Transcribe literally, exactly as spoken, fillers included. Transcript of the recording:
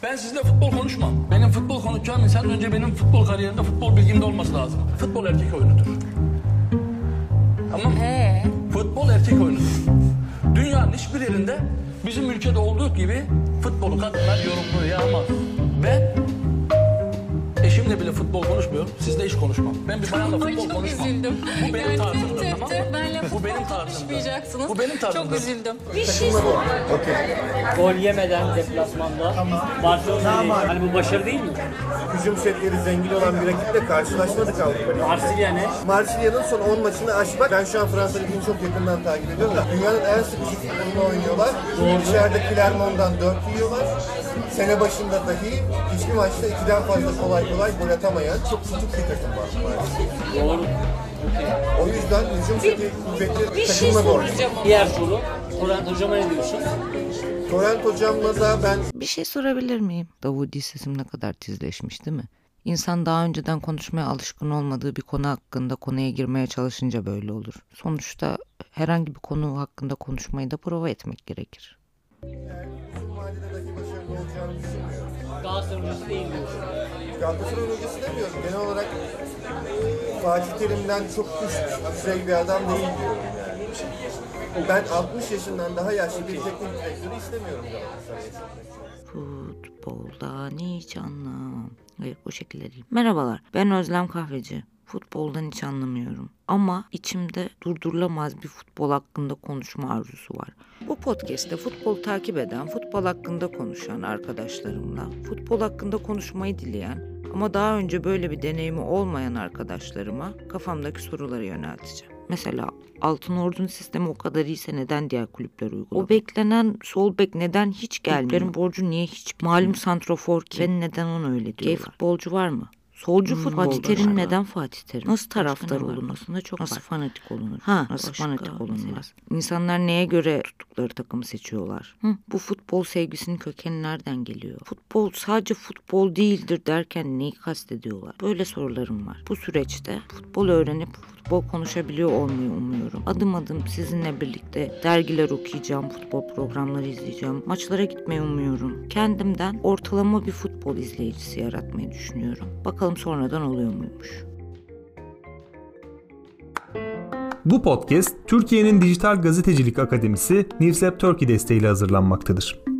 Ben sizinle futbol konuşmam. Benim futbol konuşacağım insan önce benim futbol kariyerimde futbol bilgimde olması lazım. Futbol erkek oyunudur. Tamam mı? Ee? Futbol erkek oyunudur. Dünyanın hiçbir yerinde bizim ülkede olduğu gibi futbolu kadınlar yorumlayamaz. Ben eşimle bile futbol konuşmuyorum. Sizle hiç konuşmam. Ben bir bayanla Ay, futbol çok konuşmam. üzüldüm. Bu benim Yani tarzımdır, tık tık tamam tık mı? benle Bu futbol benim tarzımdır. konuşmayacaksınız. Bu benim tarzımdır. Çok üzüldüm. Bir şey sormak. Gol yemeden deplasmanda Barcelona'yı hani bu başarı değil mi? Hücum setleri zengin olan bir rakiple karşılaşmadık Avrupa'da. Marsilya ne? Marsilya'nın son on maçını aşmak. Ben şu an Fransa Ligi'ni çok yakından takip ediyorum da dünyanın en sıkışık futbolunu oynuyorlar. İçeride Clermont'dan dört yiyorlar. Sene başında dahi hiçbir maçta ikiden fazla kolay kolay gol atamayan çok tutuk bir takım var maalesef. Doğru. O yüzden hücum seti kuvvetli Bir şey takımla doğru. soracağım. Diğer soru. Torrent hocama ne diyorsun? Torrent hocamla da ben Bir şey sorabilir miyim? Davudi sesim ne kadar tizleşmiş değil mi? İnsan daha önceden konuşmaya alışkın olmadığı bir konu hakkında konuya girmeye çalışınca böyle olur. Sonuçta herhangi bir konu hakkında konuşmayı da prova etmek gerekir. uzun vadede dahi başarılı olacağını düşünmüyorum. Galatasaray hocası değil diyorsun. Galatasaray hocası demiyorum. Genel olarak e, Fatih Terim'den çok üst düzey bir adam değil diyorum yani. Ben altmış yaşından daha yaşlı bir teknik direktörü istemiyorum Galatasaray'a. Futboldan hiç anlamam. Hayır, o şekilde değil. Merhabalar, ben Özlem Kahveci. Futboldan hiç anlamıyorum. Ama içimde durdurulamaz bir futbol hakkında konuşma arzusu var. Bu podcast'te futbol takip eden, futbol hakkında konuşan arkadaşlarımla, futbol hakkında konuşmayı dileyen ama daha önce böyle bir deneyimi olmayan arkadaşlarıma kafamdaki soruları yönelteceğim. Mesela Altınordu'nun sistemi o kadar iyiyse neden diğer kulüpler uyguluyor? O beklenen sol bek neden hiç gelmiyor? Kulüplerin borcu niye hiç? Malum santrofor kim? Ve neden onu öyle diyorlar? Gay futbolcu var mı? Solcu Hmm, futbol. Fatih Terim neden Fatih Terim? Nasıl Başka taraftar ne var? olunur? Aslında çok Nasıl var. fanatik olunur? Ha, nasıl Başka fanatik olunmaz? mesela? İnsanlar neye göre tuttukları takımı seçiyorlar? Hı, bu futbol sevgisinin kökeni nereden geliyor? Futbol sadece futbol değildir derken neyi kastediyorlar? Böyle sorularım var. Bu süreçte futbol öğrenip futbol konuşabiliyor olmayı umuyorum. Adım adım sizinle birlikte dergiler okuyacağım, futbol programları izleyeceğim, maçlara gitmeyi umuyorum. Kendimden ortalama bir futbol izleyicisi yaratmayı düşünüyorum. Bakalım sonradan oluyor muymuş? Bu podcast Türkiye'nin Dijital Gazetecilik Akademisi Newslab Turkey desteğiyle hazırlanmaktadır.